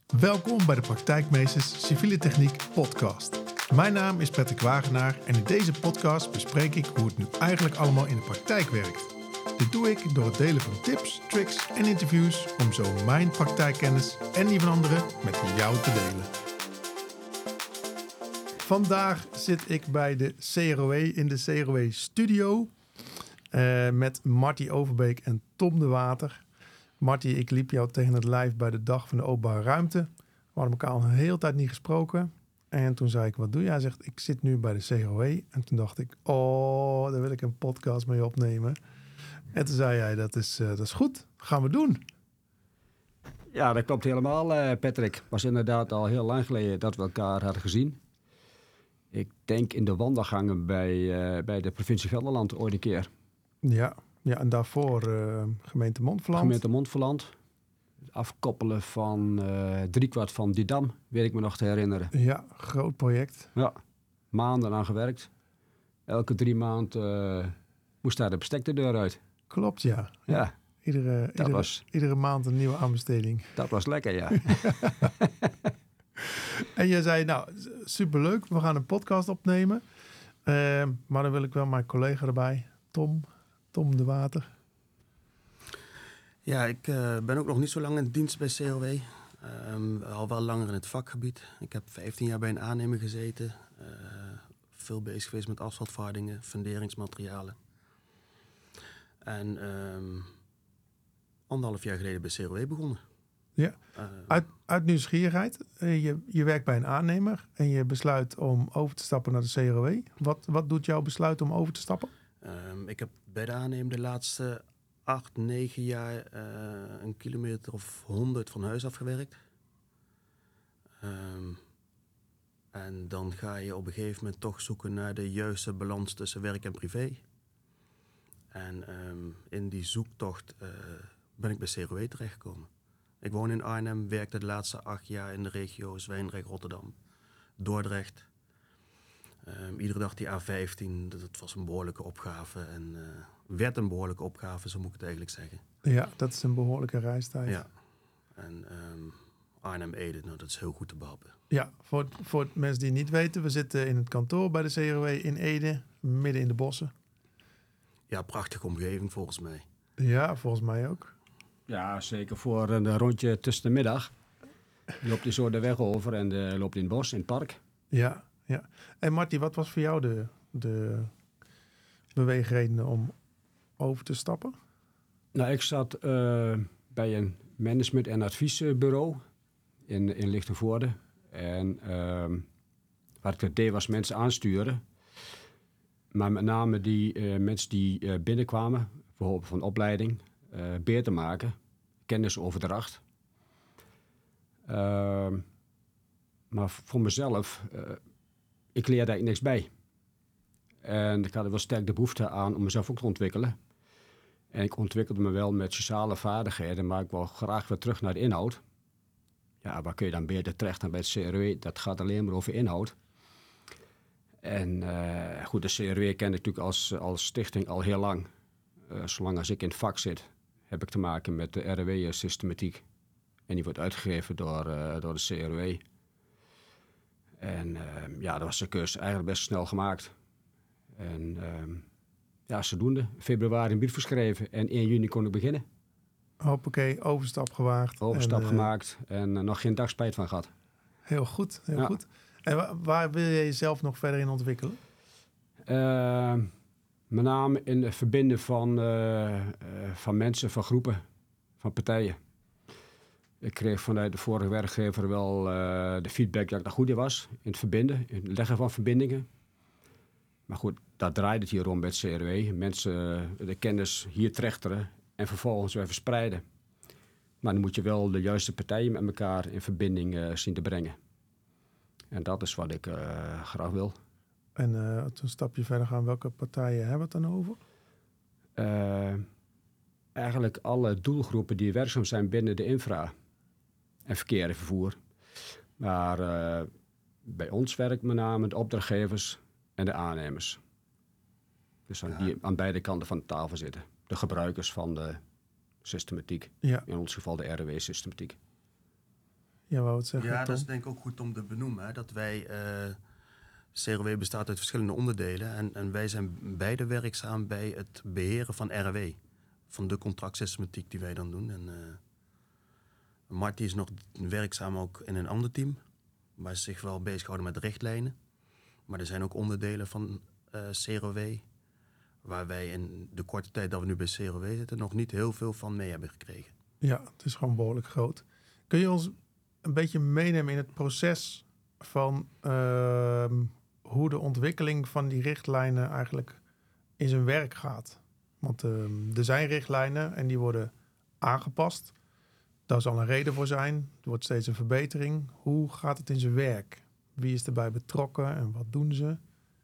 Welkom bij de Praktijkmeesters Civiele Techniek podcast. Mijn naam is Patrick Wagenaar en in deze podcast bespreek ik hoe het nu eigenlijk allemaal in de praktijk werkt. Dit doe ik door het delen van tips, tricks en interviews om zo mijn praktijkkennis en die van anderen met jou te delen. Vandaag zit ik bij de CROE in de CROE studio met Marty Overbeek en Tom de Water. Marty, ik liep jou tegen het lijf bij de Dag van de Openbare Ruimte. We hadden elkaar al een hele tijd niet gesproken. En toen zei ik, wat doe je? Hij zegt, ik zit nu bij de CROE. En toen dacht ik, daar wil ik een podcast mee opnemen. En toen zei hij, dat is goed, gaan we doen. Ja, dat klopt helemaal, Patrick. Het was inderdaad al heel lang geleden dat we elkaar hadden gezien. Ik denk in de wandelgangen bij de provincie Gelderland ooit een keer. Ja, en daarvoor gemeente Montferland. Gemeente Montferland. Afkoppelen van driekwart van Didam, weet ik me nog te herinneren. Ja, groot project. Ja, maanden aan gewerkt. Elke 3 maanden moest daar de bestek de deur uit. Klopt, ja. Ja. Iedere maand een nieuwe aanbesteding. Dat was lekker, ja. En jij zei, nou, superleuk, we gaan een podcast opnemen. Maar dan wil ik wel mijn collega erbij, Tom de Water. Ja, ik ben ook nog niet zo lang in dienst bij CROE. Al wel langer in het vakgebied. Ik heb 15 jaar bij een aannemer gezeten. Veel bezig geweest met asfaltverhardingen, funderingsmaterialen. En 1,5 jaar geleden bij CROE begonnen. Ja, uit nieuwsgierigheid. Je werkt bij een aannemer en je besluit om over te stappen naar de CROE. Wat doet jouw besluit om over te stappen? Ik heb bij de aannemer de laatste 8, 9 jaar een kilometer of 100 van huis afgewerkt. En dan ga je op een gegeven moment toch zoeken naar de juiste balans tussen werk en privé. En in die zoektocht ben ik bij CROE terechtgekomen. Ik woon in Arnhem, werkte de laatste 8 jaar in de regio Zwijndrecht, Rotterdam, Dordrecht. Iedere dag die A15, dat was een behoorlijke opgave en werd een behoorlijke opgave, zo moet ik het eigenlijk zeggen. Ja, dat is een behoorlijke reistijd. Ja, en Arnhem-Ede, nou, dat is heel goed te behappen. Ja, voor mensen die het niet weten, we zitten in het kantoor bij de CROE in Ede, midden in de bossen. Ja, prachtige omgeving volgens mij. Ja, volgens mij ook. Ja, zeker voor een rondje tussen de middag. Je loopt je zo de weg over en loopt in het bos, in het park. Ja. En Marty, wat was voor jou de beweegreden om over te stappen? Nou, ik zat bij een management- en adviesbureau in Lichtenvoorde. En wat ik deed was mensen aansturen. Maar met name die mensen die binnenkwamen, bijvoorbeeld van opleiding, beter maken, kennisoverdracht. Maar voor mezelf, ik leerde daar niks bij. En ik had er wel sterk de behoefte aan om mezelf ook te ontwikkelen. En ik ontwikkelde me wel met sociale vaardigheden, maar ik wil graag weer terug naar de inhoud. Ja, waar kun je dan beter terecht dan bij het CROE? Dat gaat alleen maar over inhoud. En goed, de CROE ken ik natuurlijk als stichting al heel lang. Zolang als ik in het vak zit, heb ik te maken met de RW-systematiek. En die wordt uitgegeven door de CROE. En dat was de cursus eigenlijk best snel gemaakt. En zodoende. Februari een brief geschreven en 1 juni kon ik beginnen. Hoppakee, overstap gewaagd. Overstap gemaakt en nog geen dag spijt van gehad. Heel goed. En waar wil je jezelf nog verder in ontwikkelen? Met name in het verbinden van mensen, van groepen, van partijen. Ik kreeg vanuit de vorige werkgever wel de feedback dat ik daar goed in was. In het verbinden, in het leggen van verbindingen. Maar goed, daar draait het hier om bij het CROE. Mensen de kennis hier trechteren en vervolgens weer verspreiden. Maar dan moet je wel de juiste partijen met elkaar in verbinding zien te brengen. En dat is wat ik graag wil. En een stapje verder gaan, welke partijen hebben we het dan over? Eigenlijk alle doelgroepen die werkzaam zijn binnen de infra en verkeer en vervoer. Maar bij ons werkt met name de opdrachtgevers en de aannemers. Dus die aan beide kanten van de tafel zitten. De gebruikers van de systematiek. Ja. In ons geval de RW-systematiek. Ja, wou het zeggen, Ja, Tom? dat is denk ik ook goed om te benoemen. Hè, dat wij, CRW bestaat uit verschillende onderdelen. En wij zijn beide werkzaam bij het beheren van RW. Van de contractsystematiek die wij dan doen. En Marty is nog werkzaam ook in een ander team. Waar ze zich wel bezighouden met richtlijnen. Maar er zijn ook onderdelen van CRW. Waar wij in de korte tijd dat we nu bij CRW zitten nog niet heel veel van mee hebben gekregen. Ja, het is gewoon behoorlijk groot. Kun je ons een beetje meenemen in het proces van hoe de ontwikkeling van die richtlijnen eigenlijk in zijn werk gaat? Want er zijn richtlijnen en die worden aangepast. Daar zal een reden voor zijn. Er wordt steeds een verbetering. Hoe gaat het in zijn werk? Wie is erbij betrokken en wat doen ze?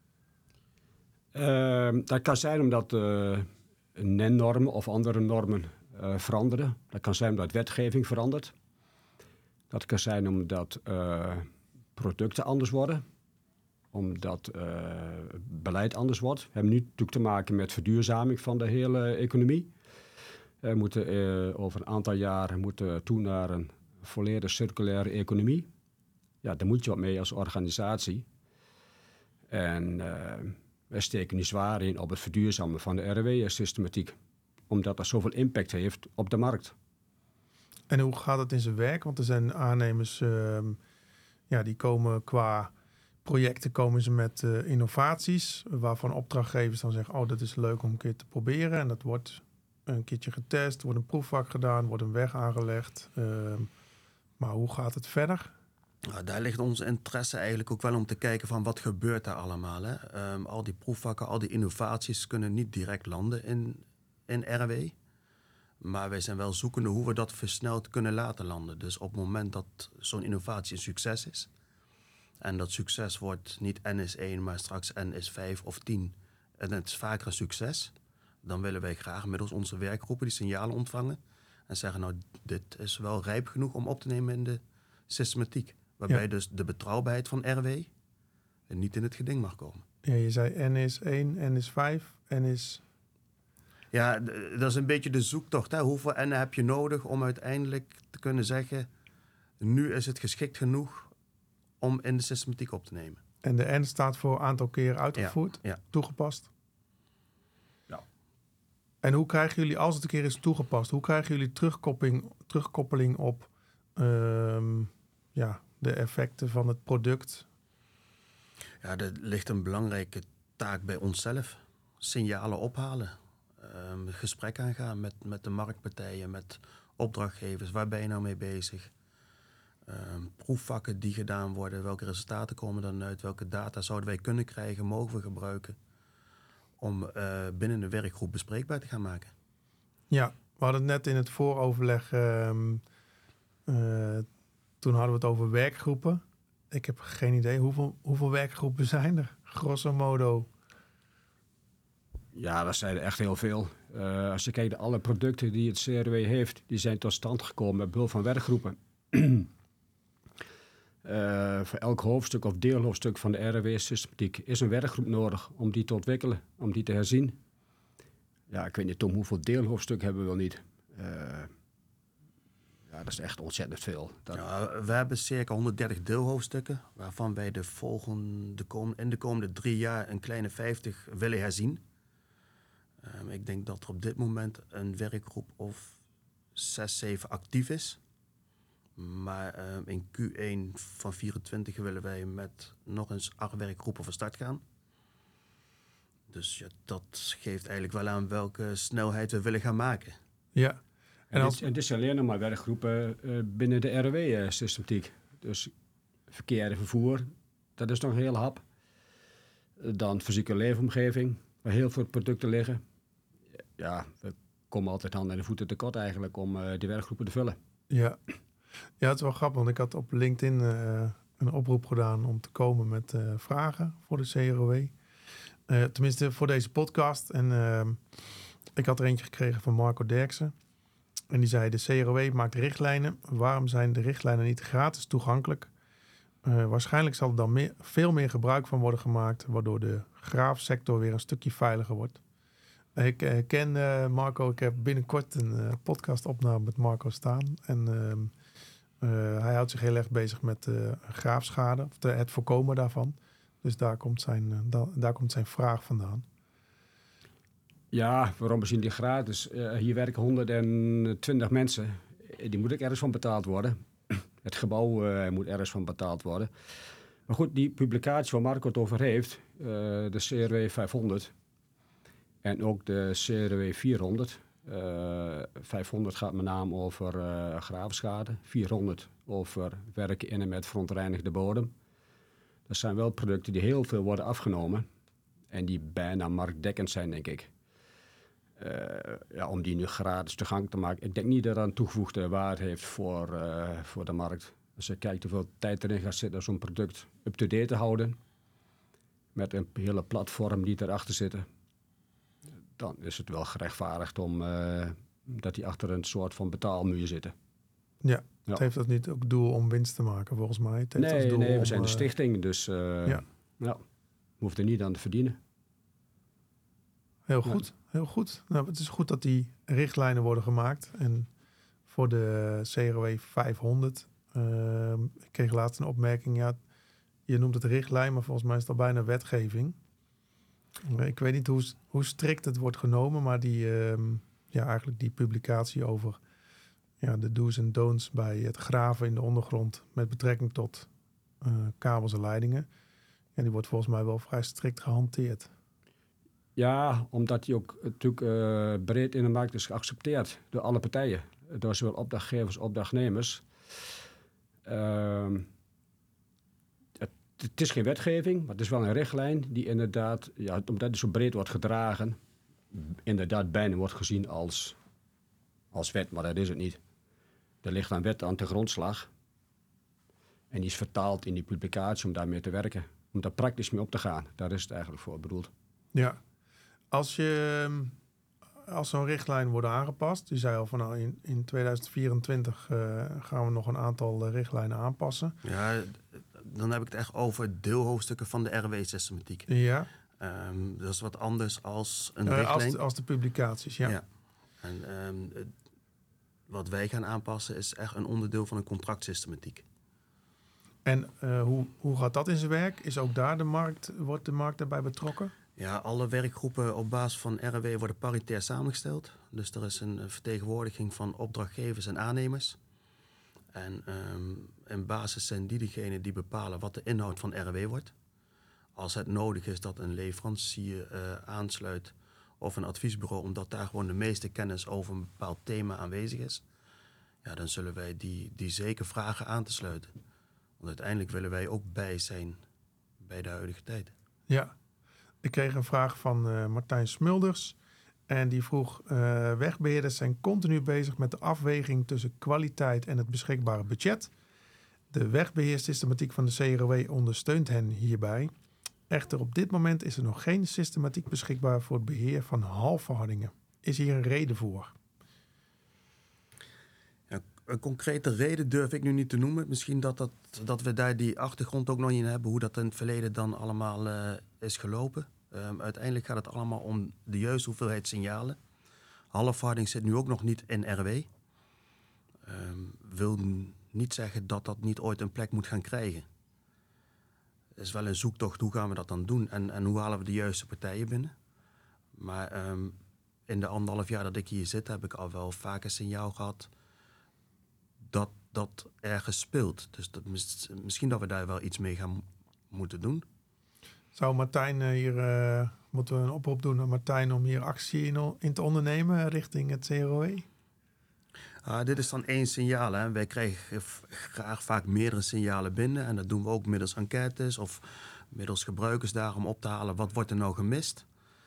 Dat kan zijn omdat NEN-normen of andere normen veranderen. Dat kan zijn omdat wetgeving verandert. Dat kan zijn omdat producten anders worden. Omdat beleid anders wordt. We hebben nu natuurlijk te maken met verduurzaming van de hele economie. We moeten over een aantal jaren toe naar een volledig circulaire economie. Ja, daar moet je wat mee als organisatie. En wij steken nu zwaar in op het verduurzamen van de RW-systematiek. Omdat dat zoveel impact heeft op de markt. En hoe gaat het in zijn werk? Want er zijn aannemers, die komen qua projecten komen ze met innovaties. Waarvan opdrachtgevers dan zeggen, oh, dat is leuk om een keer te proberen. En dat wordt een keertje getest, wordt een proefvak gedaan, wordt een weg aangelegd. Maar hoe gaat het verder? Nou, daar ligt onze interesse eigenlijk ook wel om te kijken van wat gebeurt daar allemaal. Hè? Al die proefvakken, al die innovaties kunnen niet direct landen in RW. Maar wij zijn wel zoekende hoe we dat versneld kunnen laten landen. Dus op het moment dat zo'n innovatie een succes is. En dat succes wordt niet N+1, maar straks N+5 of 10. En het is vaker een succes. Dan willen wij graag middels onze werkgroepen die signalen ontvangen. En zeggen, nou, dit is wel rijp genoeg om op te nemen in de systematiek. Waarbij dus de betrouwbaarheid van RW niet in het geding mag komen. Ja, je zei N+1, N+5, N+... Ja, dat is een beetje de zoektocht. Hè? Hoeveel N'en heb je nodig om uiteindelijk te kunnen zeggen, nu is het geschikt genoeg om in de systematiek op te nemen. En de N staat voor aantal keer uitgevoerd, Ja. toegepast. Ja. En hoe krijgen jullie, als het een keer is toegepast, hoe krijgen jullie terugkoppeling op de effecten van het product? Ja, er ligt een belangrijke taak bij onszelf. Signalen ophalen. Gesprek aangaan met de marktpartijen, met opdrachtgevers. Waar ben je nou mee bezig? Proefvakken die gedaan worden. Welke resultaten komen dan uit? Welke data zouden wij kunnen krijgen? Mogen we gebruiken? Om binnen de werkgroep bespreekbaar te gaan maken. Ja, we hadden het net in het vooroverleg. Toen hadden we het over werkgroepen. Ik heb geen idee. Hoeveel werkgroepen zijn er? Grosso modo. Ja, dat zijn er echt heel veel. Als je kijkt naar alle producten die het CRW heeft, die zijn tot stand gekomen met behulp van werkgroepen. Voor elk hoofdstuk of deelhoofdstuk van de RW-systematiek is een werkgroep nodig om die te ontwikkelen, om die te herzien. Ja, ik weet niet, Tom, hoeveel deelhoofdstukken hebben we wel niet? Ja, dat is echt ontzettend veel. Ja, we hebben circa 130 deelhoofdstukken, waarvan wij in de komende 3 jaar een kleine 50 willen herzien. Ik denk dat er op dit moment een werkgroep of 6, 7 actief is. Maar in Q1 van 24 willen wij met nog eens 8 werkgroepen van start gaan. Dus ja, dat geeft eigenlijk wel aan welke snelheid we willen gaan maken. Ja. En dit is alleen nog maar werkgroepen binnen de RW-systematiek. Dus verkeer en vervoer, dat is nog een hele hap. Dan fysieke leefomgeving, waar heel veel producten liggen. Ja, we komen altijd handen en voeten tekort eigenlijk om die werkgroepen te vullen. Ja, het is wel grappig, want ik had op LinkedIn een oproep gedaan om te komen met vragen voor de CROW. Tenminste, voor deze podcast. En ik had er eentje gekregen van Marco Derksen. En die zei, de CROW maakt richtlijnen. Waarom zijn de richtlijnen niet gratis toegankelijk? Waarschijnlijk zal er dan veel meer gebruik van worden gemaakt, waardoor de graafsector weer een stukje veiliger wordt. Ik ken Marco, ik heb binnenkort een podcastopname met Marco staan. En Hij houdt zich heel erg bezig met graafschade, of het voorkomen daarvan. Dus daar komt zijn vraag vandaan. Ja, waarom we zien die gratis? Hier werken 120 mensen. Die moet ook ergens van betaald worden. Het gebouw moet ergens van betaald worden. Maar goed, die publicatie waar Marco het over heeft, de CRW 500 en ook de CRW 400. 500 gaat met name over graafschade, 400 over werken in en met verontreinigde bodem. Dat zijn wel producten die heel veel worden afgenomen en die bijna marktdekkend zijn, denk ik. Om die nu gratis toegankelijk te maken. Ik denk niet dat dat een toegevoegde waarde heeft voor de markt. Als je kijkt hoeveel tijd erin gaat zitten om zo'n product up-to-date te houden, met een hele platform die erachter zitten, dan is het wel gerechtvaardigd dat die achter een soort van betaalmuur zitten. Ja, het heeft dat niet ook doel om winst te maken, volgens mij. Het heeft als doel we zijn een stichting, dus we hoeven er niet aan te verdienen. Heel goed, heel goed. Nou, het is goed dat die richtlijnen worden gemaakt. En voor de CRW 500, ik kreeg laatst een opmerking, ja, je noemt het richtlijn, maar volgens mij is het al bijna wetgeving. Ik weet niet hoe strikt het wordt genomen, maar eigenlijk die publicatie over de do's en don'ts bij het graven in de ondergrond met betrekking tot kabels en leidingen. Ja, die wordt volgens mij wel vrij strikt gehanteerd. Ja, omdat die ook natuurlijk breed in de markt is geaccepteerd door alle partijen. Door zowel opdrachtgevers, opdrachtnemers. Het is geen wetgeving, maar het is wel een richtlijn die inderdaad, omdat het zo breed wordt gedragen, inderdaad bijna wordt gezien als wet, maar dat is het niet. Er ligt een wet aan de grondslag en die is vertaald in die publicatie om daarmee te werken. Om daar praktisch mee op te gaan. Daar is het eigenlijk voor bedoeld. Ja, als zo'n richtlijn wordt aangepast, je zei al van in 2024 gaan we nog een aantal richtlijnen aanpassen. Ja, dan heb ik het echt over deelhoofdstukken van de RW-systematiek. Ja. Dat is wat anders als een richtlijn. Als de publicaties, ja. En wat wij gaan aanpassen is echt een onderdeel van een contractsystematiek. En hoe gaat dat in zijn werk? Is ook daar wordt de markt daarbij betrokken? Ja, alle werkgroepen op basis van RW worden paritair samengesteld. Dus er is een vertegenwoordiging van opdrachtgevers en aannemers. En in basis zijn die degenen die bepalen wat de inhoud van RW wordt. Als het nodig is dat een leverancier aansluit of een adviesbureau, omdat daar gewoon de meeste kennis over een bepaald thema aanwezig is, ja, dan zullen wij die zeker vragen aan te sluiten. Want uiteindelijk willen wij ook bij zijn bij de huidige tijd. Ja, ik kreeg een vraag van Martijn Smulders. En die vroeg, wegbeheerders zijn continu bezig met de afweging tussen kwaliteit en het beschikbare budget. De wegbeheersystematiek van de CRW ondersteunt hen hierbij. Echter, op dit moment is er nog geen systematiek beschikbaar voor het beheer van halfverhardingen. Is hier een reden voor? Ja, een concrete reden durf ik nu niet te noemen. Misschien dat we daar die achtergrond ook nog niet in hebben, hoe dat in het verleden dan allemaal is gelopen. Uiteindelijk gaat het allemaal om de juiste hoeveelheid signalen. Halfverharding zit nu ook nog niet in RW. Wil niet zeggen dat dat niet ooit een plek moet gaan krijgen. Het is wel een zoektocht, hoe gaan we dat dan doen en hoe halen we de juiste partijen binnen. Maar in de 1,5 jaar dat ik hier zit, heb ik al wel vaak een signaal gehad dat ergens speelt. Dus misschien dat we daar wel iets mee gaan moeten doen. Zou Martijn moeten we een oproep doen aan Martijn om hier actie in te ondernemen richting het CROE? Dit is dan 1 signaal. Hè. Wij krijgen graag vaak meerdere signalen binnen. En dat doen we ook middels enquêtes of middels gebruikersdagen om op te halen wat wordt er nou gemist.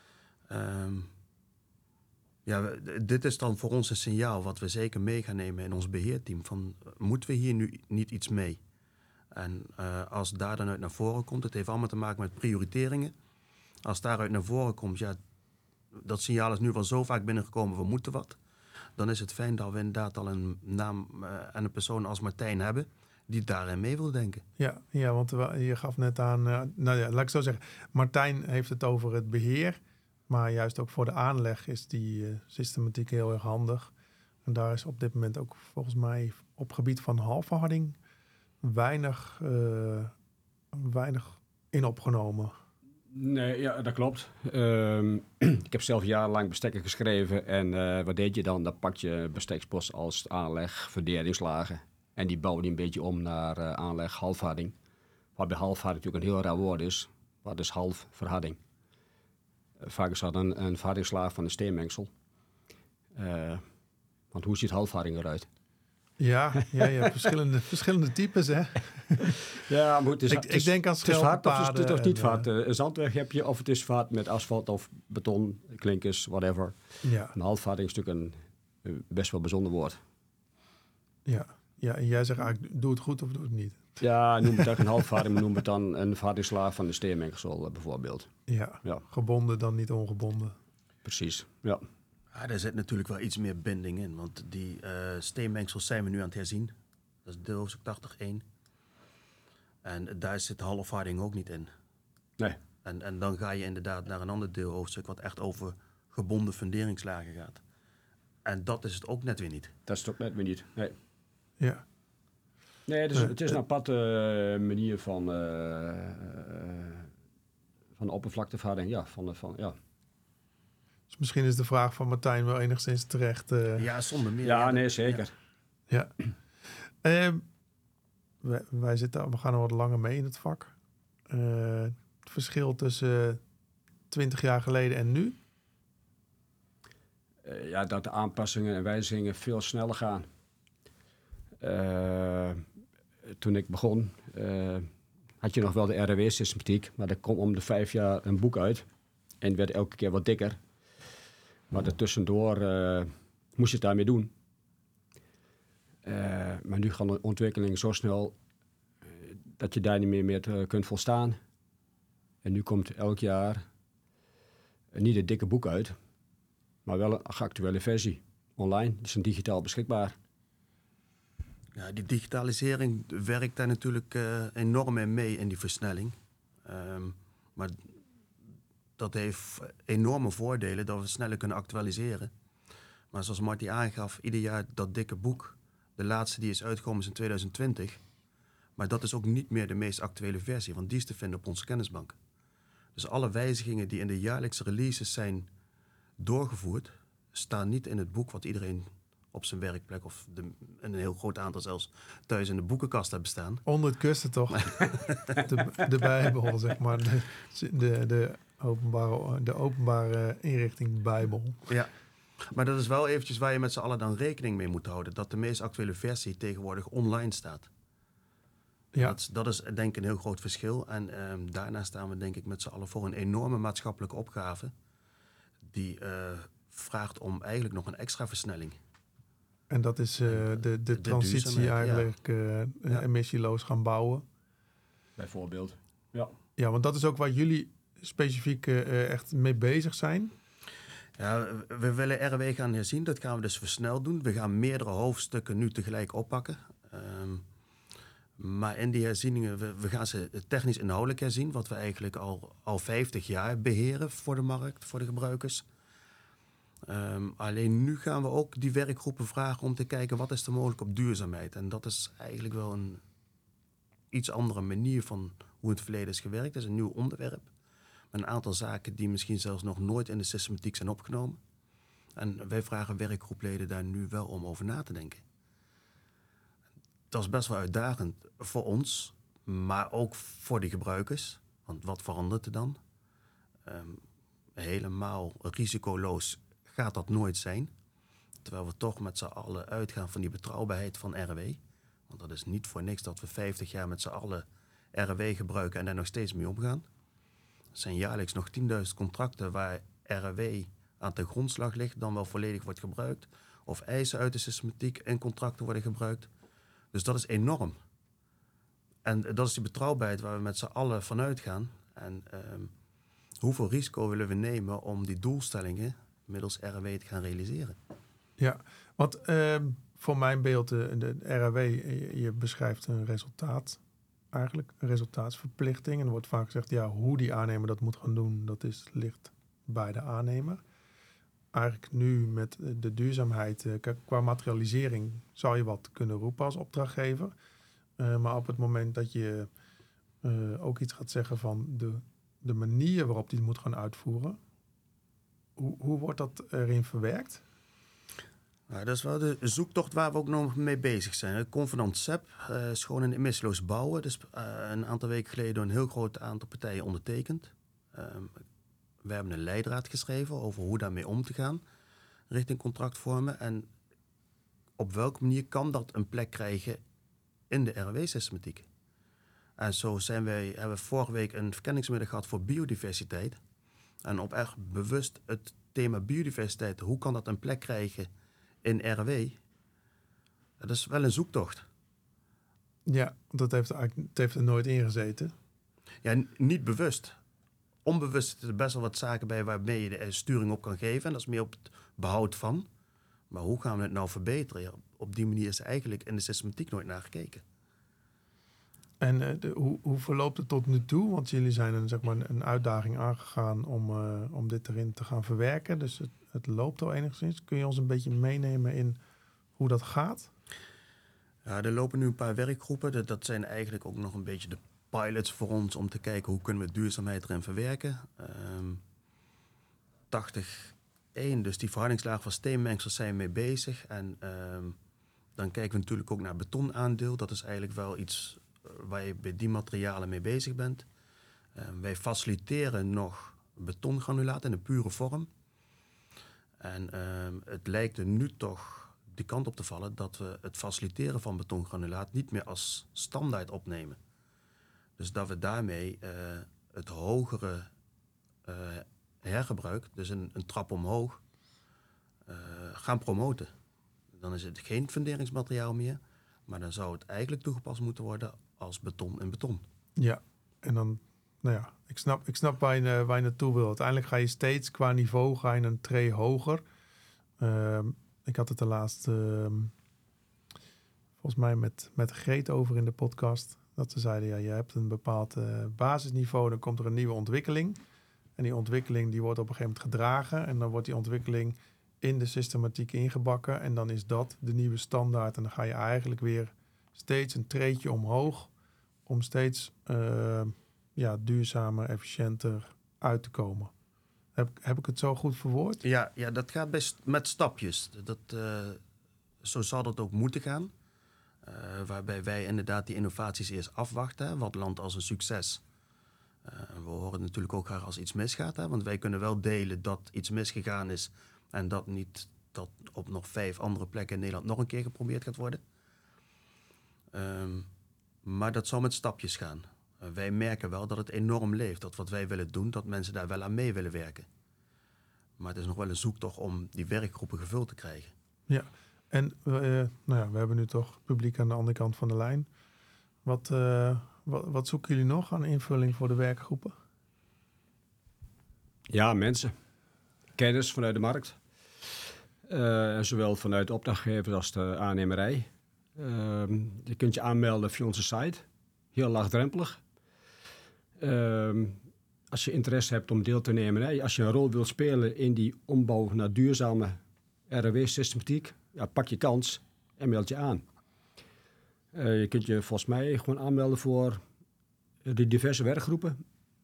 Dit is dan voor ons een signaal wat we zeker mee gaan nemen in ons beheerteam. Van, moeten we hier nu niet iets mee? En als daar dan uit naar voren komt, het heeft allemaal te maken met prioriteringen. Als daaruit naar voren komt, ja, dat signaal is nu wel zo vaak binnengekomen, we moeten wat. Dan is het fijn dat we inderdaad al een naam en een persoon als Martijn hebben die daarin mee wil denken. Ja, want je gaf net aan, laat ik zo zeggen, Martijn heeft het over het beheer, maar juist ook voor de aanleg is die systematiek heel erg handig. En daar is op dit moment ook volgens mij op gebied van halfharding weinig in opgenomen. Nee, ja, dat klopt. Ik heb zelf jarenlang bestekken geschreven. En wat deed je dan? Dan pak je bestekspost als aanleg, verderingslagen. En die bouw je een beetje om naar aanleg, halfharding. Wat bij halfharding natuurlijk een heel raar woord is. Wat is half verharding? Vaak is dat een verhardingslaag van een steenmengsel. Want hoe ziet halfharding eruit? Ja, je hebt verschillende types, hè? Ja, maar ik denk aan schelpenpaden. Het is toch niet vaart. Een zandweg heb je, of het is vaart met asfalt of beton, klinkers, whatever. Ja. Een halfvaarding is natuurlijk een best wel bijzonder woord. Ja, en jij zegt eigenlijk, doe het goed of doe het niet. Ja, noem het een halfvaarding, maar noem het dan een vaardingslaag van de steenmengsel bijvoorbeeld. Ja, Ja, gebonden dan niet ongebonden. precies. Ja. Ja, daar zit natuurlijk wel iets meer binding in. Want die steenmengsels zijn we nu aan het herzien. Dat is deelhoofdstuk 80.1. En daar zit de halfharding ook niet in. Nee. En dan ga je inderdaad naar een ander deelhoofdstuk wat echt over gebonden funderingslagen gaat. En dat is het ook net weer niet. Dat is het ook net weer niet. Nee. Ja. Nee, dus het is een aparte manier van oppervlaktevaarding. Ja, ja. Dus misschien is de vraag van Martijn wel enigszins terecht. Ja, zonder meer. Ja, nee, zeker. Ja. We gaan er wat langer mee in het vak. Het verschil tussen 20 jaar geleden en nu? Ja, dat de aanpassingen en wijzigingen veel sneller gaan. Toen ik begon, had je nog wel de RW-systematiek, maar er kwam om de 5 jaar een boek uit. En het werd elke keer wat dikker. Maar daartussendoor moest je het daarmee doen. Maar nu gaat de ontwikkeling zo snel dat je daar niet meer mee kunt volstaan. En nu komt elk jaar niet een dikke boek uit, maar wel een geactuele versie. Online, die zijn digitaal beschikbaar. Ja, die digitalisering werkt daar natuurlijk enorm in mee in die versnelling. Maar dat heeft enorme voordelen dat we sneller kunnen actualiseren. Maar zoals Marty aangaf, ieder jaar dat dikke boek. De laatste die is uitgekomen is in 2020. Maar dat is ook niet meer de meest actuele versie, want die is te vinden op onze kennisbank. Dus alle wijzigingen die in de jaarlijkse releases zijn doorgevoerd, staan niet in het boek wat iedereen op zijn werkplek of een heel groot aantal zelfs thuis in de boekenkast hebben staan. Onder het kussen toch? de Bijbel, zeg maar. De openbare inrichting Bijbel. Ja, maar dat is wel eventjes waar je met z'n allen dan rekening mee moet houden. Dat de meest actuele versie tegenwoordig online staat. Ja. Dat is denk ik een heel groot verschil. En daarna staan we denk ik met z'n allen voor een enorme maatschappelijke opgave. Die vraagt om eigenlijk nog een extra versnelling. En dat is de transitie eigenlijk emissieloos gaan bouwen. Bijvoorbeeld. Ja. Ja, want dat is ook waar jullie specifiek echt mee bezig zijn. Ja, we willen RW gaan herzien. Dat gaan we dus versneld doen. We gaan meerdere hoofdstukken nu tegelijk oppakken. Maar in die herzieningen, we gaan ze technisch inhoudelijk herzien. Wat we eigenlijk al 50 jaar beheren voor de markt, voor de gebruikers. Alleen nu gaan we ook die werkgroepen vragen om te kijken wat is er mogelijk op duurzaamheid. En dat is eigenlijk wel een iets andere manier van hoe het verleden is gewerkt. Dat is een nieuw onderwerp. Met een aantal zaken die misschien zelfs nog nooit in de systematiek zijn opgenomen. En wij vragen werkgroepleden daar nu wel om over na te denken. Dat is best wel uitdagend voor ons, maar ook voor de gebruikers. Want wat verandert er dan? Helemaal risicoloos gaat dat nooit zijn. Terwijl we toch met z'n allen uitgaan van die betrouwbaarheid van RW. Want dat is niet voor niks dat we 50 jaar met z'n allen RW gebruiken en daar nog steeds mee omgaan. Er zijn jaarlijks nog 10.000 contracten waar RW aan ten grondslag ligt, dan wel volledig wordt gebruikt. Of eisen uit de systematiek en contracten worden gebruikt. Dus dat is enorm. En dat is die betrouwbaarheid waar we met z'n allen van uitgaan. En hoeveel risico willen we nemen om die doelstellingen middels RW te gaan realiseren? Ja, want voor mijn beeld, de RW, je beschrijft een resultaat eigenlijk, een resultaatsverplichting. En er wordt vaak gezegd, ja, hoe die aannemer dat moet gaan doen, ligt bij de aannemer. eigenlijk nu met de duurzaamheid, qua materialisering, zou je wat kunnen roepen als opdrachtgever. Maar op het moment dat je ook iets gaat zeggen van de manier waarop die het moet gaan uitvoeren, hoe wordt dat erin verwerkt? Nou, dat is wel de zoektocht waar we ook nog mee bezig zijn. Het Convenant CEP is gewoon een emissieloos bouwen. Dus een aantal weken geleden door een heel groot aantal partijen ondertekend. We hebben een leidraad geschreven over hoe daarmee om te gaan richting contractvormen. En op welke manier kan dat een plek krijgen in de RW-systematiek. En zo hebben we vorige week een verkenningsmiddag gehad voor biodiversiteit. En op echt bewust het thema biodiversiteit, hoe kan dat een plek krijgen in RW? Dat is wel een zoektocht. Ja, het heeft er nooit in gezeten. Ja, niet bewust. Onbewust zitten er best wel wat zaken bij waarmee je de sturing op kan geven. En dat is meer op het behoud van. Maar hoe gaan we het nou verbeteren? Ja, op die manier is er eigenlijk in de systematiek nooit naar gekeken. En hoe verloopt het tot nu toe? Want jullie zijn een uitdaging aangegaan om dit erin te gaan verwerken. Dus het loopt al enigszins. Kun je ons een beetje meenemen in hoe dat gaat? Ja, er lopen nu een paar werkgroepen. Dat zijn eigenlijk ook nog een beetje de pilots voor ons om te kijken hoe kunnen we duurzaamheid erin verwerken. 80-1, dus die verhardingslaag van steenmengsels zijn we mee bezig. En dan kijken we natuurlijk ook naar betonaandeel. Dat is eigenlijk wel iets waar je bij die materialen mee bezig bent. Wij faciliteren nog betongranulaat in een pure vorm. En het lijkt er nu toch die kant op te vallen dat we het faciliteren van betongranulaat niet meer als standaard opnemen. Dus dat we daarmee het hogere hergebruik, dus een trap omhoog, gaan promoten. Dan is het geen funderingsmateriaal meer, maar dan zou het eigenlijk toegepast moeten worden als beton in beton. Ja, en dan, ik snap waar je naartoe wil. Uiteindelijk ga je steeds qua niveau een tree hoger. Ik had het er laatst volgens mij met Greet over in de podcast. Dat ze zeiden, ja, je hebt een bepaald basisniveau, dan komt er een nieuwe ontwikkeling. En die ontwikkeling die wordt op een gegeven moment gedragen. En dan wordt die ontwikkeling in de systematiek ingebakken. En dan is dat de nieuwe standaard. En dan ga je eigenlijk weer steeds een treedje omhoog om steeds duurzamer, efficiënter uit te komen. Heb ik het zo goed verwoord? Ja, dat gaat best met stapjes. Zo zal dat ook moeten gaan. Waarbij wij inderdaad die innovaties eerst afwachten. Hè. Wat landt als een succes? We horen het natuurlijk ook graag als iets misgaat. Hè, want wij kunnen wel delen dat iets misgegaan is. En dat niet dat op nog 5 andere plekken in Nederland nog een keer geprobeerd gaat worden. Maar dat zal met stapjes gaan. Wij merken wel dat het enorm leeft. Dat wat wij willen doen, dat mensen daar wel aan mee willen werken. Maar het is nog wel een zoektocht om die werkgroepen gevuld te krijgen. Ja, en we hebben nu toch publiek aan de andere kant van de lijn. Wat zoeken jullie nog aan invulling voor de werkgroepen? Ja, mensen. Kennis vanuit de markt. Zowel vanuit de opdrachtgever als de aannemerij. Je kunt je aanmelden via onze site. Heel laagdrempelig. Als je interesse hebt om deel te nemen, als je een rol wilt spelen in die ombouw naar duurzame RW-systematiek, pak je kans en meld je aan. Je kunt je volgens mij gewoon aanmelden voor de diverse werkgroepen.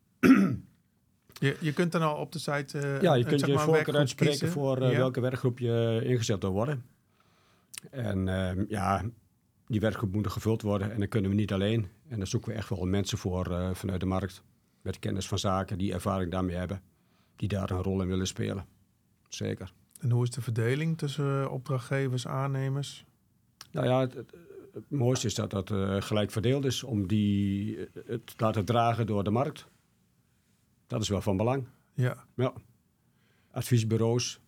Je kunt dan al op de site je kunt je voorkeur uitspreken kiezen. Voor welke werkgroep je ingezet wil worden. En die werkgroep moet gevuld worden en dan kunnen we niet alleen. En daar zoeken we echt wel mensen voor vanuit de markt. Met kennis van zaken, die ervaring daarmee hebben. Die daar een rol in willen spelen. Zeker. En hoe is de verdeling tussen opdrachtgevers, aannemers? Nou ja, het mooiste is dat dat gelijk verdeeld is om het te laten dragen door de markt. Dat is wel van belang. Ja. Adviesbureaus.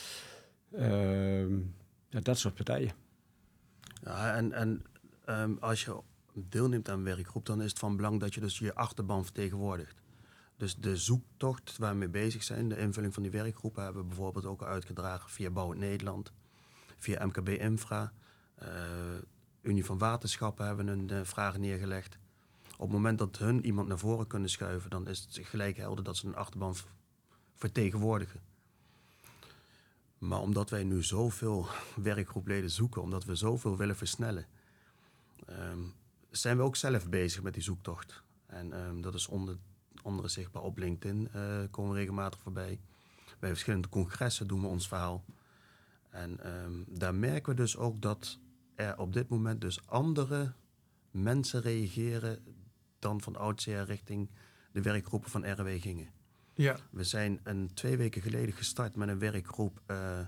Dat soort partijen. Ja, en als je deelneemt aan een werkgroep, dan is het van belang dat je dus je achterban vertegenwoordigt. Dus de zoektocht waar we mee bezig zijn, de invulling van die werkgroepen, hebben we bijvoorbeeld ook uitgedragen via Bouwend Nederland, via MKB Infra, Unie van Waterschappen hebben een vraag neergelegd. Op het moment dat hun iemand naar voren kunnen schuiven, dan is het gelijk helder dat ze een achterban vertegenwoordigen. Maar omdat wij nu zoveel werkgroepleden zoeken, omdat we zoveel willen versnellen, zijn we ook zelf bezig met die zoektocht. En dat is onder zichtbaar op LinkedIn, komen we regelmatig voorbij. Bij verschillende congressen doen we ons verhaal. En daar merken we dus ook dat er op dit moment dus andere mensen reageren dan van oudsher richting de werkgroepen van RW gingen. Ja. We zijn 2 weken geleden gestart met een werkgroep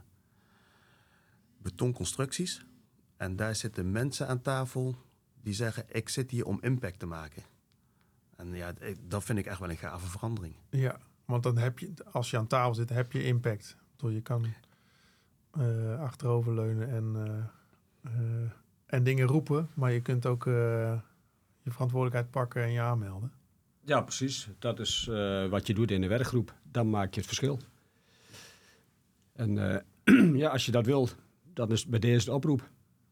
betonconstructies. En daar zitten mensen aan tafel die zeggen, ik zit hier om impact te maken. En ja, dat vind ik echt wel een gave verandering. Ja, want dan heb je, als je aan tafel zit, heb je impact. Je kan achteroverleunen en dingen roepen, maar je kunt ook je verantwoordelijkheid pakken en je aanmelden. Ja, precies. Dat is wat je doet in de werkgroep. Dan maak je het verschil. En ja, als je dat wil, dan is bij deze de oproep.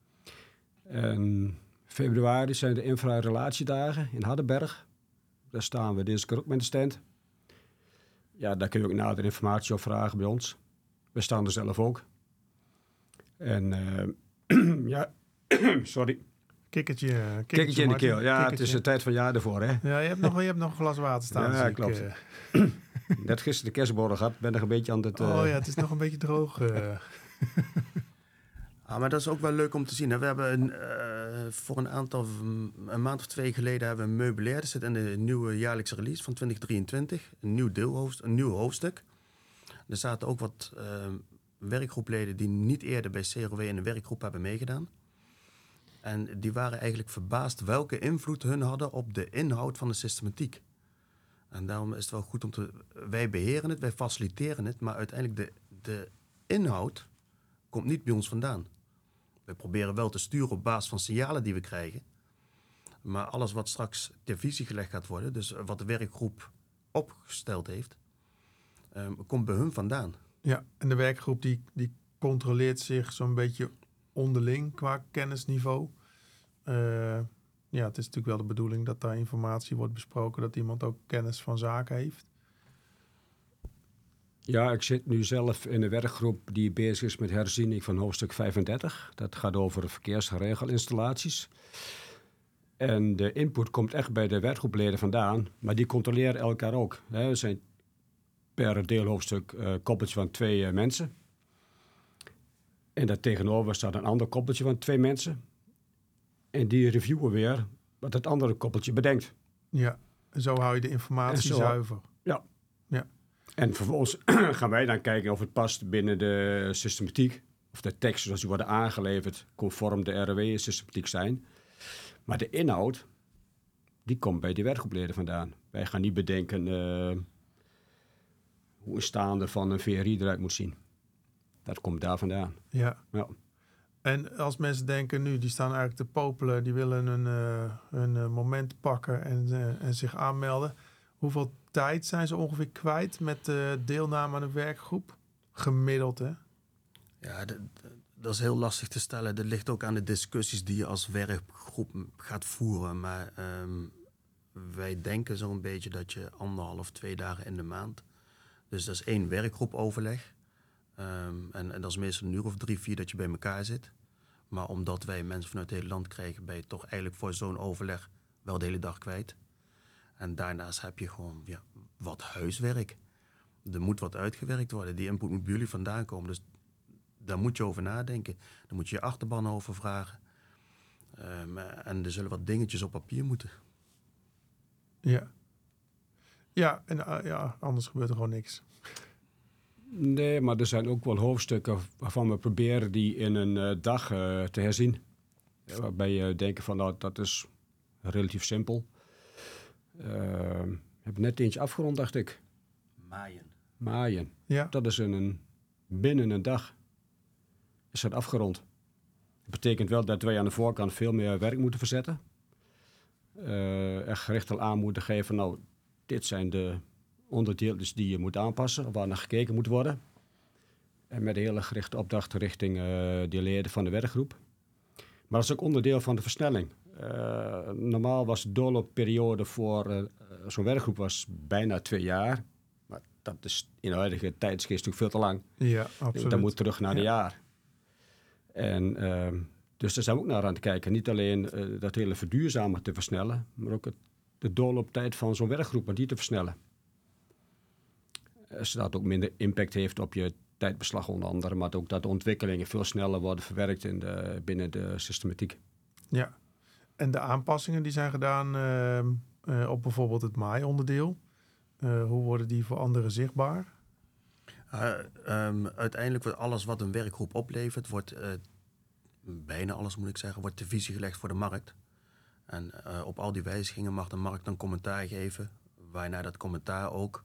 En februari zijn de infrarelatiedagen in Hardenberg. Daar staan we deze keer ook met de stand. Ja, daar kun je ook nader informatie op vragen bij ons. We staan er zelf ook. En ja, sorry. Kikkertje in de keel. Ja, kikkertje. het is de tijd van jaar ervoor, hè? Ja, je hebt nog een glas water staan. Ja, zie ik. klopt. Net gisteren de kerstborrel gehad. Ben er een beetje aan het... Oh ja, het is nog een beetje droog. Maar dat is ook wel leuk om te zien. Hè. We hebben voor een maand of 2 geleden hebben we een meubilair. Dat zit in de nieuwe jaarlijkse release van 2023. Een nieuw hoofdstuk. Er zaten ook wat werkgroepleden die niet eerder bij CRW in een werkgroep hebben meegedaan. En die waren eigenlijk verbaasd welke invloed hun hadden op de inhoud van de systematiek. En daarom is het wel goed om te... Wij beheren het, wij faciliteren het, maar uiteindelijk de inhoud komt niet bij ons vandaan. We proberen wel te sturen op basis van signalen die we krijgen. Maar alles wat straks ter visie gelegd gaat worden, dus wat de werkgroep opgesteld heeft, komt bij hun vandaan. Ja, en de werkgroep die controleert zich zo'n beetje onderling qua kennisniveau. Ja, het is natuurlijk wel de bedoeling dat daar informatie wordt besproken, dat iemand ook kennis van zaken heeft. Ja, ik zit nu zelf in een werkgroep die bezig is met herziening van hoofdstuk 35. Dat gaat over verkeersregelinstallaties. En de input komt echt bij de werkgroepleden vandaan, maar die controleren elkaar ook. Hè. Er zijn per deelhoofdstuk koppeltje van 2 mensen. En daar tegenover staat een ander koppeltje van 2 mensen. En die reviewen weer wat het andere koppeltje bedenkt. Ja, en zo hou je de informatie zuiver. Ja. Ja. En vervolgens gaan wij dan kijken of het past binnen de systematiek. Of de teksten zoals die worden aangeleverd conform de RW-systematiek zijn. Maar de inhoud, die komt bij de werkgroepleden vandaan. Wij gaan niet bedenken hoe een staande van een VRI eruit moet zien. Dat komt daar vandaan. Ja. Ja. En als mensen denken nu, die staan eigenlijk te popelen, die willen hun moment pakken en zich aanmelden. Hoeveel tijd zijn ze ongeveer kwijt met deelname aan een werkgroep? Gemiddeld, hè? Ja, dat is heel lastig te stellen. Dat ligt ook aan de discussies die je als werkgroep gaat voeren. Maar wij denken zo'n beetje dat je 1,5-2 dagen in de maand. Dus dat is 1 werkgroepoverleg. En dat is meestal een uur of 3-4 dat je bij elkaar zit. Maar omdat wij mensen vanuit het hele land krijgen, ben je toch eigenlijk voor zo'n overleg wel de hele dag kwijt. En daarnaast heb je gewoon wat huiswerk. Er moet wat uitgewerkt worden. Die input moet bij jullie vandaan komen. Dus daar moet je over nadenken. Daar moet je je achterban over vragen. En er zullen wat dingetjes op papier moeten. Ja. Ja, en anders gebeurt er gewoon niks. Nee, maar er zijn ook wel hoofdstukken waarvan we proberen die in een dag te herzien. Waarbij je denkt van, nou, dat is relatief simpel. We hebben net eentje afgerond, dacht ik. Maaien. Ja. Dat is binnen een dag is dat afgerond. Dat betekent wel dat wij aan de voorkant veel meer werk moeten verzetten. Echt gericht al aan moeten geven, nou, dit zijn de onderdelen die je moet aanpassen, of waar naar gekeken moet worden. En met een hele gerichte opdracht richting de leden van de werkgroep. Maar dat is ook onderdeel van de versnelling. Normaal was de doorloopperiode voor zo'n werkgroep was bijna 2 jaar. Maar dat is in de huidige tijdsgeest natuurlijk veel te lang. Ja, absoluut. Dat moet terug naar de jaar. En dus daar zijn we ook naar aan het kijken. Niet alleen dat hele verduurzamen te versnellen, maar ook de doorlooptijd van zo'n werkgroep, om die te versnellen. Zodat het ook minder impact heeft op je tijdbeslag onder andere, maar ook dat de ontwikkelingen veel sneller worden verwerkt binnen de systematiek. Ja, en de aanpassingen die zijn gedaan op bijvoorbeeld het maaionderdeel, hoe worden die voor anderen zichtbaar? Uiteindelijk wordt alles wat een werkgroep oplevert, wordt bijna alles moet ik zeggen, wordt de visie gelegd voor de markt. En op al die wijzigingen mag de markt dan commentaar geven, waarna dat commentaar ook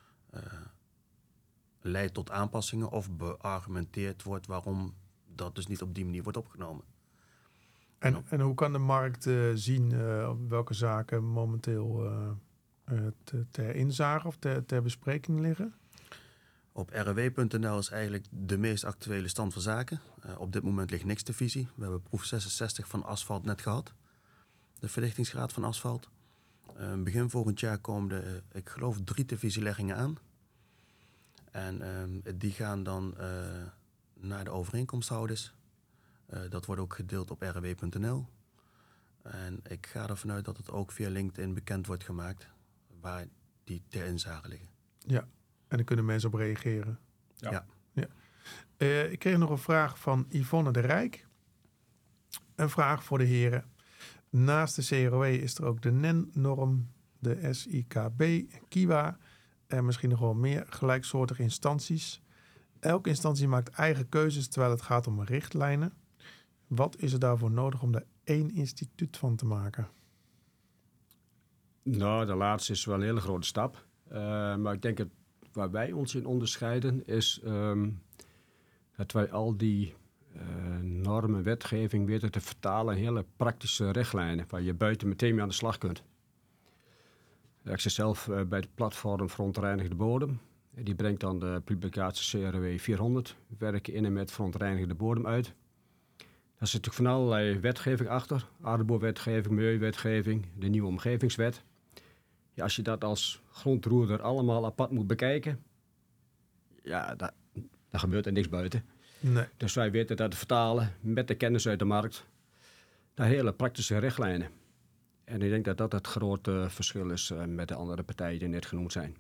leidt tot aanpassingen of beargumenteerd wordt waarom dat dus niet op die manier wordt opgenomen. En hoe kan de markt zien op welke zaken momenteel ter inzage of ter bespreking liggen? Op rw.nl is eigenlijk de meest actuele stand van zaken. Op dit moment ligt niks te visie. We hebben proef 66 van asfalt net gehad. De verlichtingsgraad van asfalt. Begin volgend jaar komen er, ik geloof, 3 divisieleggingen aan. En die gaan dan naar de overeenkomsthouders. Dat wordt ook gedeeld op rw.nl. En ik ga ervan uit dat het ook via LinkedIn bekend wordt gemaakt waar die ter inzage liggen. Ja, en daar kunnen mensen op reageren. Ja. Ik kreeg nog een vraag van Yvonne de Rijk. Een vraag voor de heren. Naast de CROW is er ook de NEN-norm, de SIKB, KIWA en misschien nog wel meer gelijksoortige instanties. Elke instantie maakt eigen keuzes terwijl het gaat om richtlijnen. Wat is er daarvoor nodig om daar één instituut van te maken? Nou, de laatste is wel een hele grote stap. Maar ik denk dat waar wij ons in onderscheiden is dat wij al die normen, wetgeving weten te vertalen in hele praktische richtlijnen waar je buiten meteen mee aan de slag kunt. Ik zit zelf bij het platform Verontreinigde Bodem. Die brengt dan de publicatie CRW 400, werken in en met verontreinigde bodem uit. Daar zit natuurlijk van allerlei wetgeving achter. Aardeboorwetgeving, milieuwetgeving, de nieuwe omgevingswet. Ja, als je dat als grondroerder allemaal apart moet bekijken, ja, dan gebeurt er niks buiten. Nee. Dus wij weten dat te vertalen met de kennis uit de markt naar hele praktische richtlijnen. En ik denk dat dat het grote verschil is met de andere partijen die net genoemd zijn.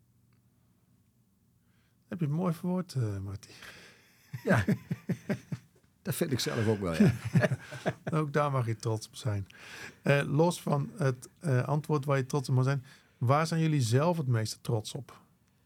Heb je het mooi verwoord, Marty? Ja, dat vind ik zelf ook wel, ja. Ook daar mag je trots op zijn. Los van het antwoord waar je trots op mag zijn, waar zijn jullie zelf het meeste trots op?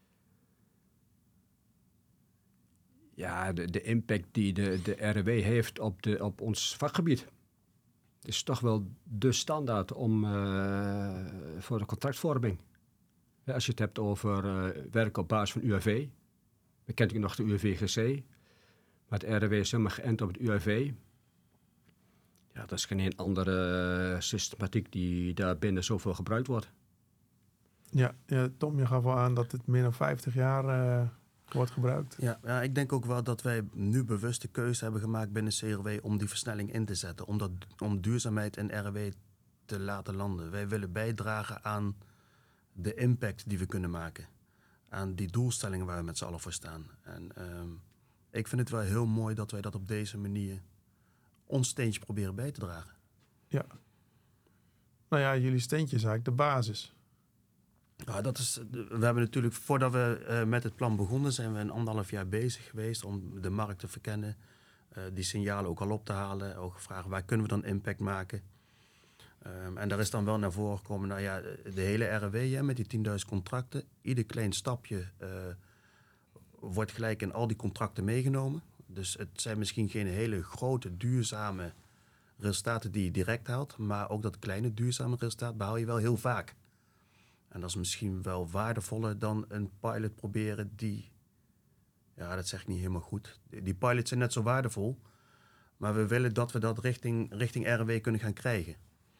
Ja, de impact die de RW heeft op ons vakgebied. Het is toch wel de standaard voor de contractvorming. Ja, als je het hebt over werken op basis van UAV. We kennen nog de UAV-GC. Maar het RW is helemaal geënt op het UAV. Ja, dat is geen andere systematiek die daar binnen zoveel gebruikt wordt. Ja, Tom, je gaf al aan dat het meer dan 50 jaar wordt gebruikt. Ja, ik denk ook wel dat wij nu bewust de keuze hebben gemaakt binnen CRW om die versnelling in te zetten. Om duurzaamheid in RW te laten landen. Wij willen bijdragen aan de impact die we kunnen maken. Aan die doelstellingen waar we met z'n allen voor staan. En ik vind het wel heel mooi dat wij dat op deze manier ons steentje proberen bij te dragen. Ja. Nou ja, jullie steentje is eigenlijk de basis. Ja, we hebben natuurlijk, voordat we met het plan begonnen, zijn we 1,5 jaar bezig geweest om de markt te verkennen. Die signalen ook al op te halen. Ook gevraagd, waar kunnen we dan impact maken? En daar is dan wel naar voren gekomen, nou ja, de hele RW met die 10.000 contracten. Ieder klein stapje wordt gelijk in al die contracten meegenomen. Dus het zijn misschien geen hele grote, duurzame resultaten die je direct haalt. Maar ook dat kleine, duurzame resultaat behaal je wel heel vaak. En dat is misschien wel waardevoller dan een pilot proberen die... Ja, dat zeg ik niet helemaal goed. Die pilots zijn net zo waardevol. Maar we willen dat we dat richting RW kunnen gaan krijgen.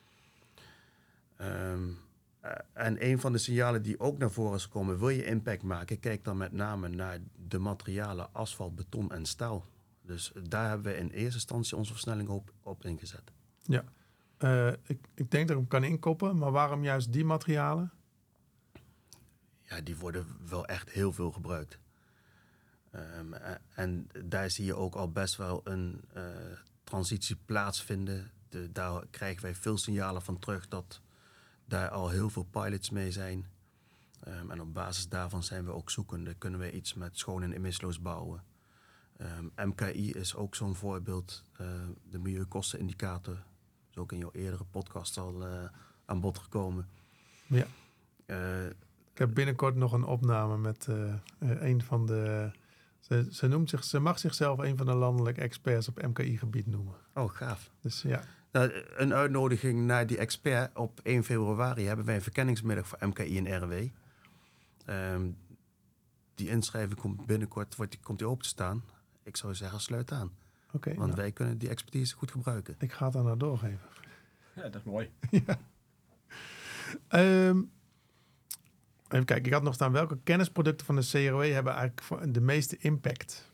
En een van de signalen die ook naar voren is gekomen... wil je impact maken, kijk dan met name naar de materialen asfalt, beton en staal. Dus daar hebben we in eerste instantie onze versnelling op ingezet. Ja, ik denk dat ik hem kan inkoppen, maar waarom juist die materialen? die worden wel echt heel veel gebruikt. En daar zie je ook al best wel een transitie plaatsvinden. Daar krijgen wij veel signalen van terug dat daar al heel veel pilots mee zijn. En op basis daarvan zijn we ook zoekende. Kunnen we iets met schoon en emissieloos bouwen? MKI is ook zo'n voorbeeld. De milieukostenindicator is ook in jouw eerdere podcast al aan bod gekomen. Ja. Ik heb binnenkort nog een opname met een van de... Ze mag zichzelf een van de landelijke experts op MKI-gebied noemen. Oh, gaaf. Dus ja. Nou, een uitnodiging naar die expert. Op 1 februari hebben wij een verkenningsmiddag voor MKI en RW. Die inschrijving komt binnenkort komt die open te staan. Ik zou zeggen, sluit aan. Okay, Want wij kunnen die expertise goed gebruiken. Ik ga het aan haar doorgeven. Ja, dat is mooi. Ja. Even kijken, ik had nog staan. Welke kennisproducten van de CROE hebben eigenlijk de meeste impact?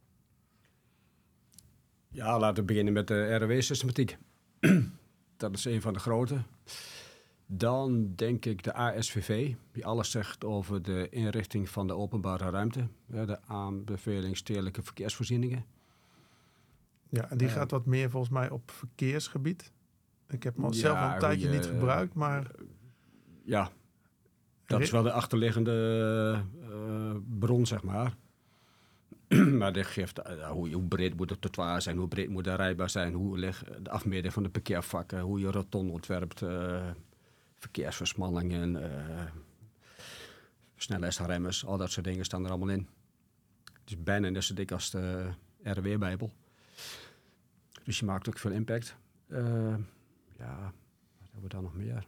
Ja, laten we beginnen met de RW-systematiek. Dat is een van de grote. Dan denk ik de ASVV, die alles zegt over de inrichting van de openbare ruimte. De aanbeveling stedelijke verkeersvoorzieningen. Ja, en die gaat wat meer volgens mij op verkeersgebied. Ik heb hem al zelf al een tijdje niet gebruikt, maar... Ja, dat is wel de achterliggende bron, zeg maar. Maar dit geeft hoe breed moet het trottoir zijn, hoe breed moet het rijbaar zijn, hoe ligt de afmeting van de parkeervakken, hoe je rotonde ontwerpt, verkeersversmallingen, snelheidsremmers, al dat soort dingen staan er allemaal in. Het is bijna net zo dik als de RW-bijbel. Dus je maakt ook veel impact. Ja, wat hebben we dan nog meer?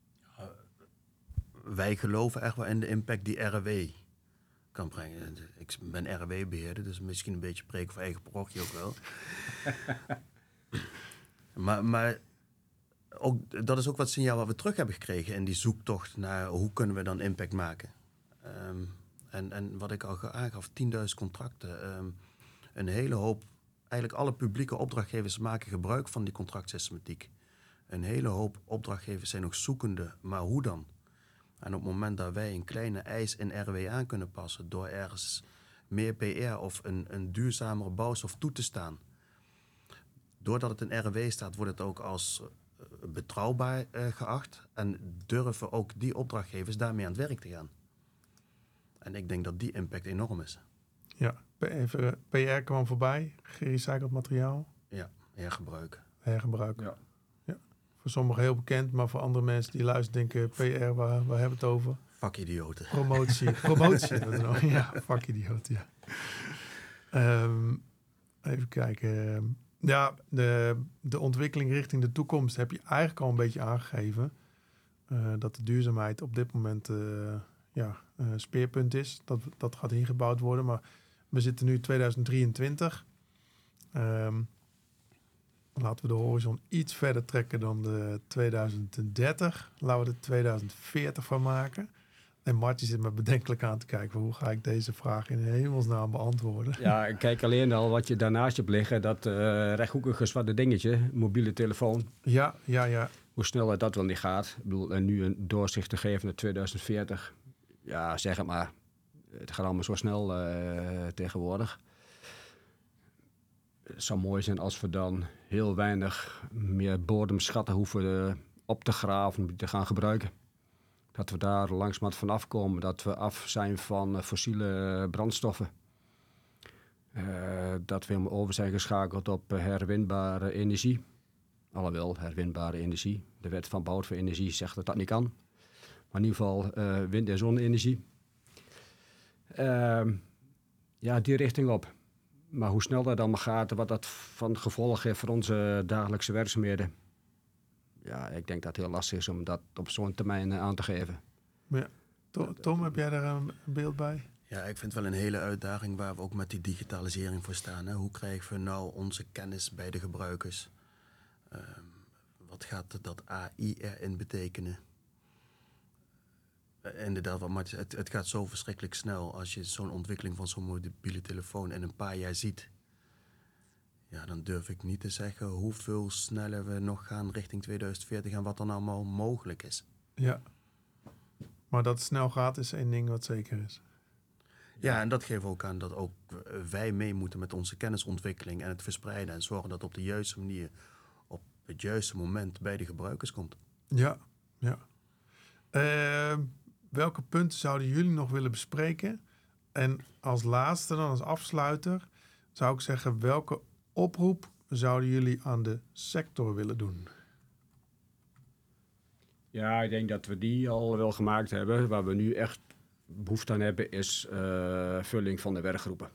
Wij geloven echt wel in de impact die RW kan brengen. Ik ben RW-beheerder, dus misschien een beetje preken voor eigen parochie ook wel. maar ook, dat is ook wat signaal wat we terug hebben gekregen in die zoektocht naar hoe kunnen we dan impact maken. En wat ik al aangaf, 10.000 contracten. Een hele hoop, eigenlijk alle publieke opdrachtgevers maken gebruik van die contractsystematiek. Een hele hoop opdrachtgevers zijn nog zoekende, maar hoe dan? En op het moment dat wij een kleine eis in RW aan kunnen passen door ergens meer PR of een duurzamere bouwstof toe te staan. Doordat het in RW staat, wordt het ook als betrouwbaar geacht. En durven ook die opdrachtgevers daarmee aan het werk te gaan. En ik denk dat die impact enorm is. Ja, even, PR kwam voorbij, gerecycled materiaal. Ja, hergebruik. Hergebruik. Ja. Voor sommigen heel bekend, maar voor andere mensen die luisteren denken, PR, waar hebben we het over? Vakidioten. Promotie. Ja, vakidioot, ja. Even kijken. Ja, de ontwikkeling richting de toekomst heb je eigenlijk al een beetje aangegeven. Dat de duurzaamheid op dit moment speerpunt is. Dat gaat ingebouwd worden, maar we zitten nu in 2023. Laten we de horizon iets verder trekken dan de 2030. Laten we er 2040 van maken. En Martje zit me bedenkelijk aan te kijken. Hoe ga ik deze vraag in hemelsnaam beantwoorden? Ja, kijk alleen al wat je daarnaast hebt liggen. Dat rechthoekige zwarte dingetje, mobiele telefoon. Ja. Hoe snel dat wel niet gaat. Ik bedoel, en nu een doorzicht te geven naar 2040. Ja, zeg het maar. Het gaat allemaal zo snel tegenwoordig. Het zou mooi zijn als we dan heel weinig meer bodemschatten hoeven op te graven om die te gaan gebruiken. Dat we daar langzamerhand van afkomen. Dat we af zijn van fossiele brandstoffen. Dat we helemaal over zijn geschakeld op herwinbare energie. Alhoewel, herwinbare energie. De wet van Bout voor energie zegt dat dat niet kan. Maar in ieder geval wind- en zonne-energie. Ja, die richting op. Maar hoe snel dat allemaal gaat, wat dat van gevolg heeft voor onze dagelijkse werkzaamheden. Ja, ik denk dat het heel lastig is om dat op zo'n termijn aan te geven. Ja. Tom, heb jij daar een beeld bij? Ja, ik vind het wel een hele uitdaging waar we ook met die digitalisering voor staan. Hè? Hoe krijgen we nou onze kennis bij de gebruikers? Wat gaat dat AI erin betekenen? Inderdaad, wat Martin, het gaat zo verschrikkelijk snel. Als je zo'n ontwikkeling van zo'n mobiele telefoon in een paar jaar ziet, ja, dan durf ik niet te zeggen hoeveel sneller we nog gaan richting 2040 en wat dan allemaal mogelijk is. Ja. Maar dat het snel gaat is één ding wat zeker is. Ja, en dat geeft ook aan dat ook wij mee moeten met onze kennisontwikkeling en het verspreiden. En zorgen dat het op de juiste manier, op het juiste moment bij de gebruikers komt. Ja. Welke punten zouden jullie nog willen bespreken? En als laatste, dan als afsluiter, zou ik zeggen, welke oproep zouden jullie aan de sector willen doen? Ja, ik denk dat we die al wel gemaakt hebben. Waar we nu echt behoefte aan hebben is vulling van de werkgroepen.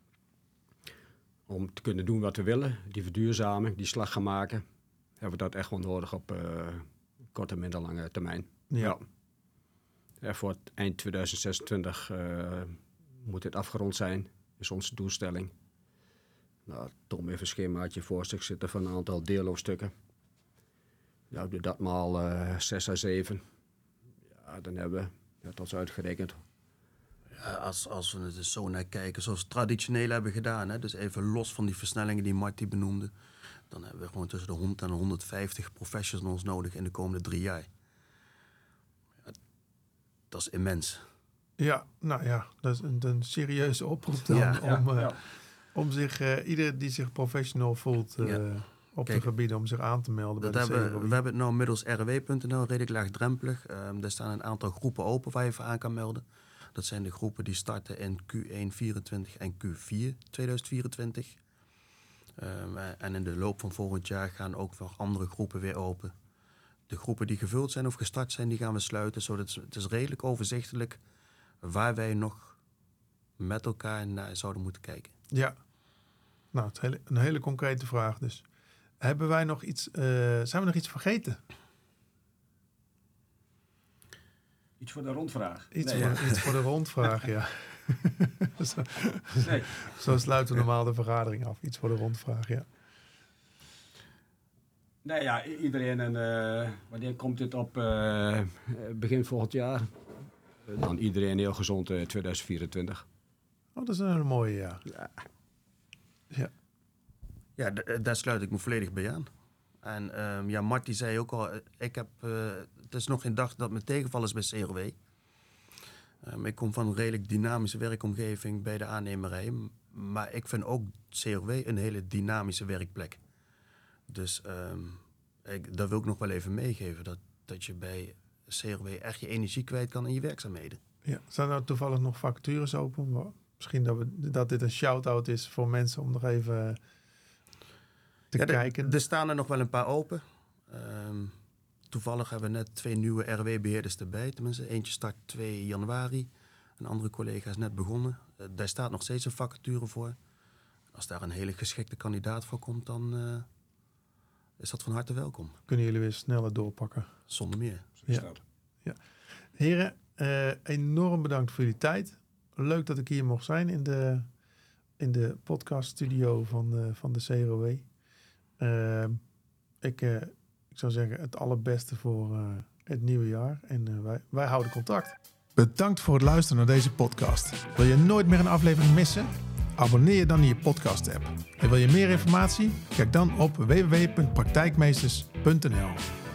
Om te kunnen doen wat we willen, die verduurzaming, die slag gaan maken, hebben we dat echt wel nodig op korte en middellange termijn. Ja. Ja, voor het eind 2026 moet dit afgerond zijn, is onze doelstelling. Nou, Tom heeft een schemaatje voor zich zitten van een aantal deelhoofdstukken. Nou, doe dat maal 6 à 7. Ja, dan hebben we dat ons uitgerekend. Ja, als we er dus zo naar kijken, zoals we traditioneel hebben gedaan, hè, dus even los van die versnellingen die Marty benoemde, dan hebben we gewoon tussen de 100 en 150 professionals nodig in de komende 3 jaar. Ja, dat is immens. Ja, nou ja, dat is een serieuze oproep dan om zich, ieder die zich professional voelt op de gebieden, om zich aan te melden. We hebben het nou middels rw.nl, redelijk laagdrempelig. Er staan een aantal groepen open waar je voor aan kan melden. Dat zijn de groepen die starten in Q1 24 en Q4 2024. En in de loop van volgend jaar gaan ook nog andere groepen weer open. De groepen die gevuld zijn of gestart zijn, die gaan we sluiten. Zodat het is redelijk overzichtelijk waar wij nog met elkaar naar zouden moeten kijken. Ja, nou, een hele concrete vraag dus. Hebben wij nog iets, zijn we nog iets vergeten? Iets voor de rondvraag. Iets voor de rondvraag, ja. Nee. Zo sluiten we normaal de vergadering af. Iets voor de rondvraag, ja. Nee, ja, iedereen. En wanneer komt dit op? Begin volgend jaar. Dan iedereen heel gezond 2024. Oh, dat is een hele mooie, ja. Ja, daar sluit ik me volledig bij aan. En Marty zei ook al, het is nog geen dag dat me tegenval is bij CRW. Ik kom van een redelijk dynamische werkomgeving bij de aannemerij. Maar ik vind ook CRW een hele dynamische werkplek. Dus dat wil ik nog wel even meegeven. Dat je bij CRW echt je energie kwijt kan in je werkzaamheden. Ja. Zijn er toevallig nog vacatures open? Misschien dat dit een shout-out is voor mensen om nog even te kijken. Er staan er nog wel een paar open. Toevallig hebben we net 2 nieuwe RW-beheerders erbij. Tenminste, eentje start 2 januari. Een andere collega is net begonnen. Daar staat nog steeds een vacature voor. Als daar een hele geschikte kandidaat voor komt, dan is dat van harte welkom. Kunnen jullie weer sneller doorpakken? Zonder meer. Ja. Heren, enorm bedankt voor jullie tijd. Leuk dat ik hier mocht zijn in de podcaststudio van de CROW. Ik zou zeggen het allerbeste voor het nieuwe jaar. En wij houden contact. Bedankt voor het luisteren naar deze podcast. Wil je nooit meer een aflevering missen? Abonneer je dan in je podcast app. En wil je meer informatie? Kijk dan op www.praktijkmeesters.nl.